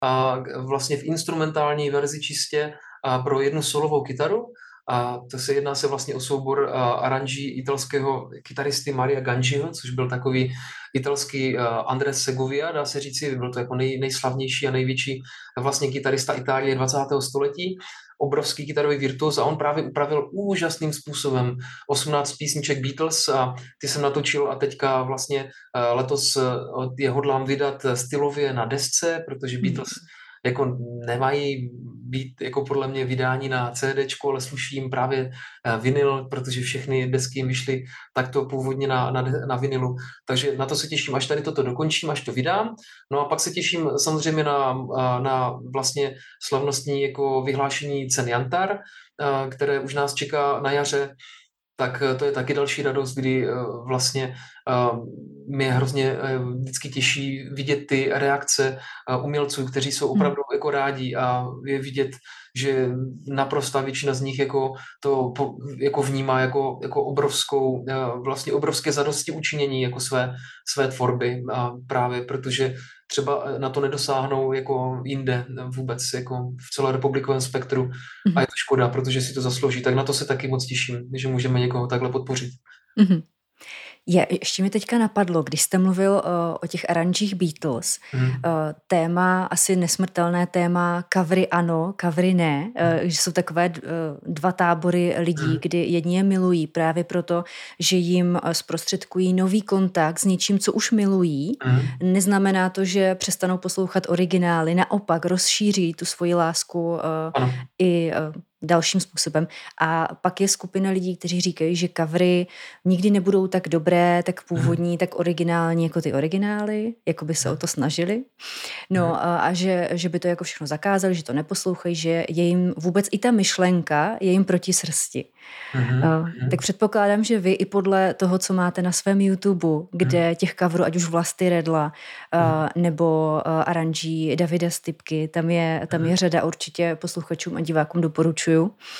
vlastně v instrumentální verzi čistě pro jednu solovou kytaru. A jedná se vlastně o soubor aranží italského kytaristy Maria Gangiho, což byl takový italský Andres Segovia, dá se říci, byl to jako nejslavnější a největší vlastně kytarista Itálie 20. století, obrovský kytarový virtuos a on právě upravil úžasným způsobem 18 písniček Beatles a ty jsem natočil a teďka vlastně letos je hodlám vydat stylově na desce, protože Beatles jako nemají být jako podle mě vydání na CDčku, ale sluší jim právě vinyl, protože všechny desky jim vyšly takto původně na vinilu. Takže na to se těším, až tady toto dokončím, až to vydám. No a pak se těším samozřejmě na vlastně slavnostní jako vyhlášení cen Jantar, které už nás čeká na jaře. Tak to je taky další radost, kdy vlastně mě hrozně vždycky těší vidět ty reakce umělců, kteří jsou opravdu jako rádi a je vidět, že naprostá většina z nich jako to jako vnímá jako obrovskou, vlastně obrovské zadosti učinění jako své tvorby a právě protože třeba na to nedosáhnou jako jinde vůbec jako v celorepublikovém spektru a je to škoda, protože si to zaslouží, tak na to se taky moc těším, že můžeme někoho takhle podpořit. Mm-hmm. Ještě mi teďka napadlo, když jste mluvil o těch aranžích Beatles, téma, asi nesmrtelné téma, covery ano, covery ne, že jsou takové dva tábory lidí, kdy jedni je milují právě proto, že jim zprostředkují nový kontakt s něčím, co už milují. Neznamená to, že přestanou poslouchat originály, naopak rozšíří tu svoji lásku i dalším způsobem. A pak je skupina lidí, kteří říkají, že covery nikdy nebudou tak dobré, tak původní, tak originální jako ty originály, jako by se o to snažili. No a že by to jako všechno zakázali, že to neposlouchají, že je jim vůbec i ta myšlenka je jim proti srsti. Tak předpokládám, že vy i podle toho, co máte na svém YouTube, kde těch coverů, ať už Vlasty Redla nebo aranží Davida Stipky, tam je řada, určitě posluchačům a divákům doporučuju.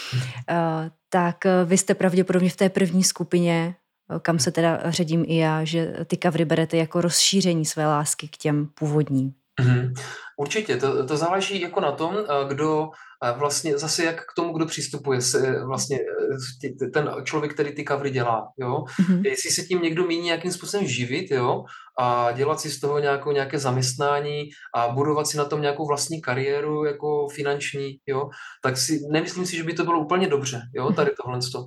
Tak vy jste pravděpodobně v té první skupině, kam se teda řadím i já, že ty covery berete jako rozšíření své lásky k těm původním. Určitě, to záleží jako na tom, kdo vlastně zase jak k tomu, kdo přistupuje, vlastně ten člověk, který ty covery dělá, jo. Jestli se tím někdo míní nějakým způsobem živit, jo, a dělat si z toho nějaké zaměstnání a budovat si na tom nějakou vlastní kariéru jako finanční, jo, tak nemyslím si, že by to bylo úplně dobře, jo, tady tohleto.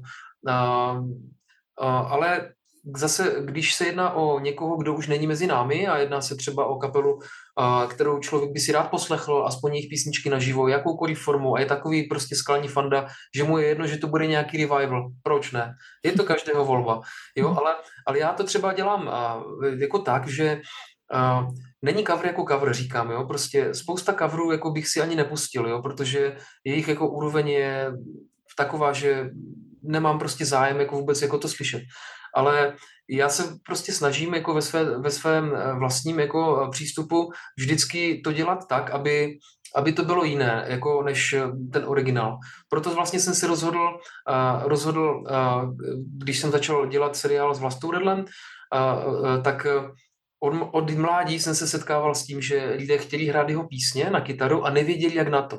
Ale zase, když se jedná o někoho, kdo už není mezi námi a jedná se třeba o kapelu, kterou člověk by si rád poslechl, aspoň jejich písničky naživo, jakoukoliv formou a je takový prostě skalní fanda, že mu je jedno, že to bude nějaký revival. Proč ne? Je to každého volba. Jo, ale já to třeba dělám jako tak, že není cover jako cover, říkám, jo, prostě spousta coverů jako bych si ani nepustil, jo, protože jejich jako úroveň je taková, že nemám prostě zájem jako vůbec jako to slyšet. Ale já se prostě snažím jako ve svém vlastním jako přístupu vždycky to dělat tak, aby to bylo jiné, jako než ten originál. Proto vlastně jsem si rozhodl, když jsem začal dělat seriál s Vlastou Redlem, tak od mládí jsem se setkával s tím, že lidé chtěli hrát jeho písně na kytaru a nevěděli, jak na to.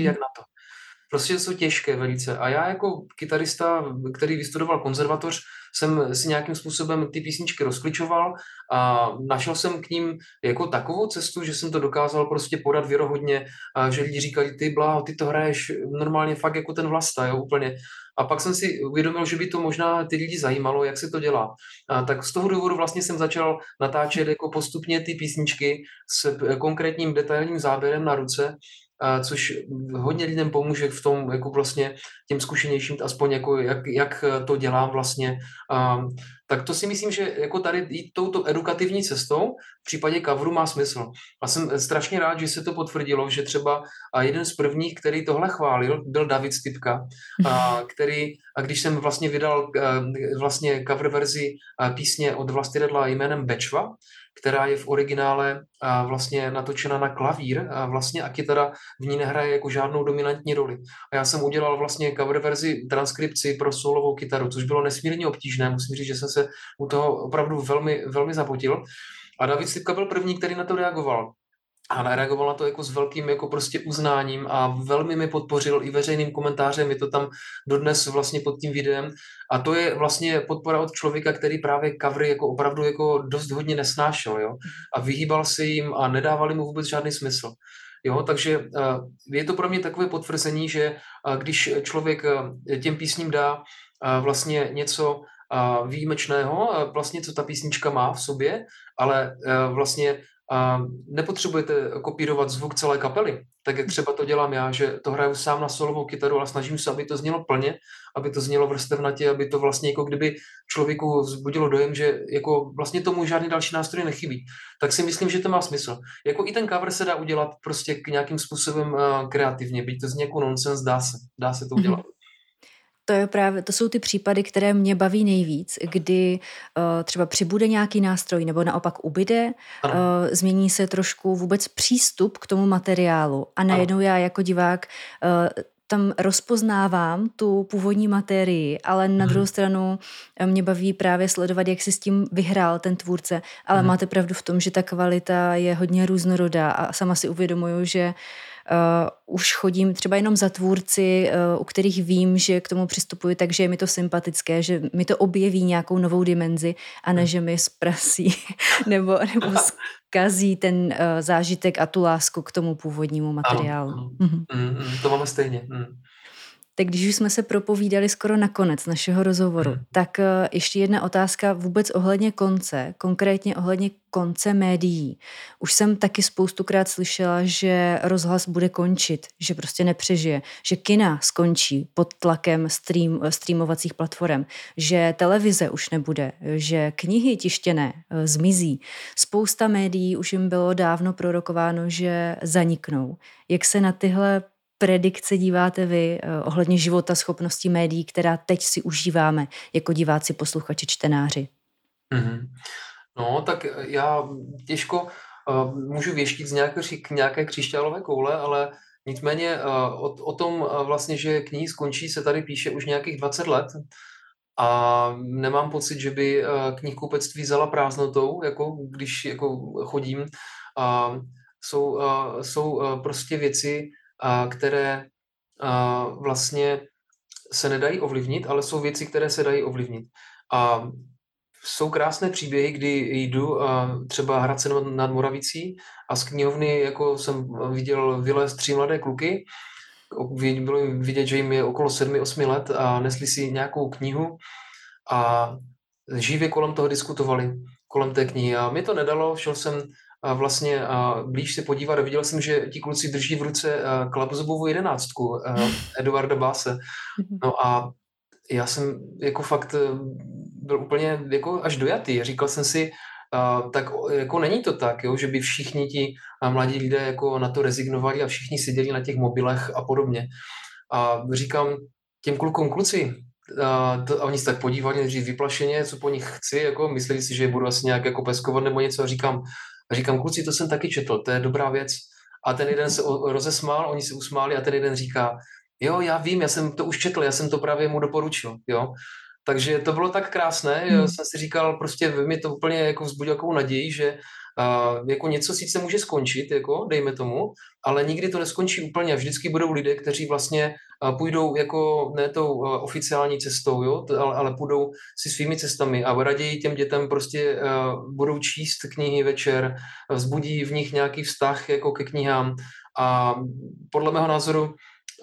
Prostě jsou těžké velice. A já jako kytarista, který vystudoval konzervatoř, jsem si nějakým způsobem ty písničky rozkličoval a našel jsem k ním jako takovou cestu, že jsem to dokázal prostě podat věrohodně a že lidi říkali, ty Bláho, ty to hraješ normálně fakt jako ten Vlasta, jo, úplně. A pak jsem si uvědomil, že by to možná ty lidi zajímalo, jak se to dělá. A tak z toho důvodu vlastně jsem začal natáčet jako postupně ty písničky s konkrétním detailním záběrem na ruce, což hodně lidem pomůže v tom, jako vlastně těm zkušenějším, aspoň jako jak to dělám vlastně. Tak to si myslím, že jako tady jít touto edukativní cestou v případě coveru má smysl. A jsem strašně rád, že se to potvrdilo, že třeba jeden z prvních, který tohle chválil, byl David Stipka, a když jsem vlastně vydal vlastně cover verzi písně od Vlasty Redla jménem Bečva, která je v originále vlastně natočena na klavír vlastně a kytara v ní nehraje jako žádnou dominantní roli. A já jsem udělal vlastně cover verzi transkripci pro solovou kytaru, což bylo nesmírně obtížné. Musím říct, že jsem se u toho opravdu velmi, velmi zapotil. A David Stipka byl první, který na to reagoval. a reagoval na to jako s velkým jako prostě uznáním a velmi mi podpořil i veřejným komentářem, je to tam dodnes vlastně pod tím videem a to je vlastně podpora od člověka, který právě covery jako opravdu jako dost hodně nesnášel, jo, a vyhýbal se jim a nedávali mu vůbec žádný smysl. Jo, takže je to pro mě takové potvrzení, že když člověk těm písním dá vlastně něco výjimečného, vlastně co ta písnička má v sobě, ale vlastně nepotřebujete kopírovat zvuk celé kapely, tak jak třeba to dělám já, že to hraju sám na solovou kytaru, ale snažím se, aby to znělo plně, aby to znělo vrstevnatě, aby to vlastně jako kdyby člověku vzbudilo dojem, že jako vlastně tomu žádný další nástroj nechybí. Tak si myslím, že to má smysl. Jako i ten cover se dá udělat prostě k nějakým způsobem kreativně, byť to zní jako nonsens, dá se to udělat. To jsou ty případy, které mě baví nejvíc, kdy třeba přibude nějaký nástroj nebo naopak ubyde, změní se trošku vůbec přístup k tomu materiálu a najednou já jako divák tam rozpoznávám tu původní materii, ale na druhou stranu mě baví právě sledovat, jak si s tím vyhrál ten tvůrce, ale máte pravdu v tom, že ta kvalita je hodně různorodá a sama si uvědomuju, že už chodím třeba jenom za tvůrci, u kterých vím, že k tomu přistupuji, takže je mi to sympatické, že mi to objeví nějakou novou dimenzi a ne, že mi zprasí nebo zkazí ten zážitek a tu lásku k tomu původnímu materiálu. To máme stejně. Tak když už jsme se propovídali skoro na konec našeho rozhovoru, tak ještě jedna otázka vůbec ohledně konce, konkrétně ohledně konce médií. Už jsem taky spoustukrát slyšela, že rozhlas bude končit, že prostě nepřežije, že kina skončí pod tlakem streamovacích platform, že televize už nebude, že knihy tištěné zmizí. Spousta médií už jim bylo dávno prorokováno, že zaniknou. Jak se na tyhle predikce díváte vy ohledně života schopností médií, která teď si užíváme jako diváci, posluchači, čtenáři? No, tak já těžko můžu věštit z nějaké křišťálové koule, ale nicméně o tom vlastně, že knihy skončí, se tady píše už nějakých 20 let a nemám pocit, že by knihkupectví zala prázdnotou, jako když jako chodím. Jsou prostě věci, které vlastně se nedají ovlivnit, ale jsou věci, které se dají ovlivnit. A jsou krásné příběhy, kdy jdu třeba Hradce nad Moravicí a z knihovny jako jsem viděl vylézt 3 mladé kluky. Bylo jim vidět, že jim je okolo 7-8 let a nesli si nějakou knihu a živě kolem toho diskutovali, kolem té knihy. A mi to nedalo, šel jsem vlastně blíž se podívat a viděl jsem, že ti kluci drží v ruce Klapzobovu 11 Eduarda Báse. No a já jsem jako fakt byl úplně jako až dojatý. Říkal jsem si, tak jako není to tak, jo, že by všichni ti mladí lidé jako na to rezignovali a všichni seděli na těch mobilech a podobně. A říkám těm klukům, kluci, a oni se tak podívali nejdřív vyplašeně, co po nich chci, jako mysleli si, že budu asi nějak jako peskovat nebo něco a říkám, kluci, to jsem taky četl, to je dobrá věc. A ten jeden se rozesmál, oni se usmáli a ten jeden říká, jo, já vím, já jsem to už četl, já jsem to právě mu doporučil, jo. Takže to bylo tak krásné, já jsem si říkal, prostě mi to úplně jako vzbudilo takovou naději, že jako něco sice může skončit, jako dejme tomu, ale nikdy to neskončí úplně. Vždycky budou lidé, kteří vlastně půjdou jako ne tou oficiální cestou, jo, ale půjdou si svými cestami a raději těm dětem prostě budou číst knihy večer, vzbudí v nich nějaký vztah jako ke knihám a podle mého názoru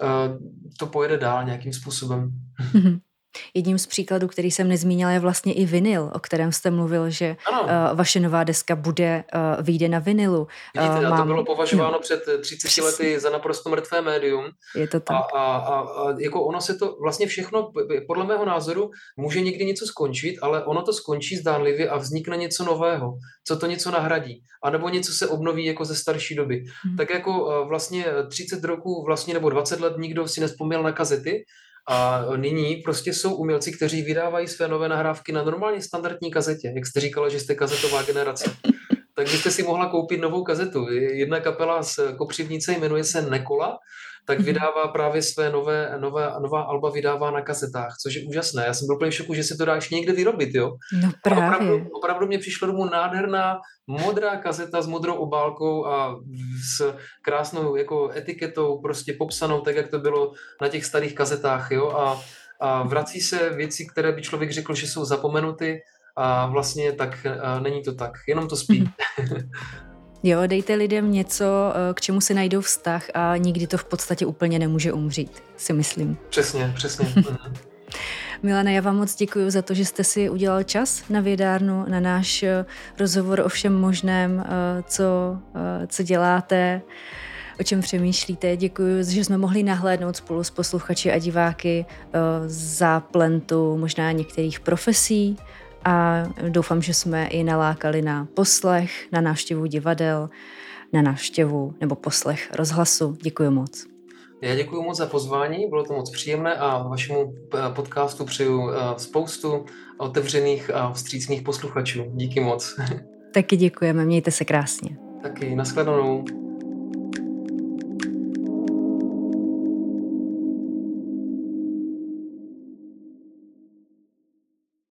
to pojede dál nějakým způsobem. Jedním z příkladů, který jsem nezmínila, je vlastně i vinyl, o kterém jste mluvil, že vaše nová deska vyjde na vinylu. Vidíte, to bylo považováno před 30 lety za naprosto mrtvé médium. Je to tak. A jako ono se to vlastně všechno, podle mého názoru, může někdy něco skončit, ale ono to skončí zdánlivě a vznikne něco nového, co to něco nahradí. A nebo něco se obnoví jako ze starší doby. Tak jako vlastně 30 roků vlastně nebo 20 let nikdo si nevzpomněl na kazety, a nyní prostě jsou umělci, kteří vydávají své nové nahrávky na normálně standardní kazetě. Jak jste říkala, že jste kazetová generace. tak byste si mohla koupit novou kazetu. Jedna kapela z Kopřivnice jmenuje se Nekola, tak vydává právě své nová alba vydává na kazetách, což je úžasné. Já jsem byl úplně v šoku, že se to dá ještě někde vyrobit, jo. No právě. Opravdu mě přišlo domů nádherná modrá kazeta s modrou obálkou a s krásnou jako etiketou, prostě popsanou tak, jak to bylo na těch starých kazetách, jo. A vrací se věci, které by člověk řekl, že jsou zapomenuty, a vlastně tak není to tak, jenom to spí. Jo, dejte lidem něco, k čemu si najdou vztah a nikdy to v podstatě úplně nemůže umřít, si myslím. Přesně. Milane, já vám moc děkuji za to, že jste si udělal čas na Vědárnu, na náš rozhovor o všem možném, co děláte, o čem přemýšlíte. Děkuji, že jsme mohli nahlédnout spolu s posluchači a diváky za plentu možná některých profesí a doufám, že jsme i nalákali na poslech, na návštěvu divadel, na návštěvu nebo poslech rozhlasu. Děkuji moc. Já děkuji moc za pozvání, bylo to moc příjemné a vašemu podcastu přeju spoustu otevřených a vstřícných posluchačů. Díky moc. Taky děkujeme, mějte se krásně. Taky, nashledanou.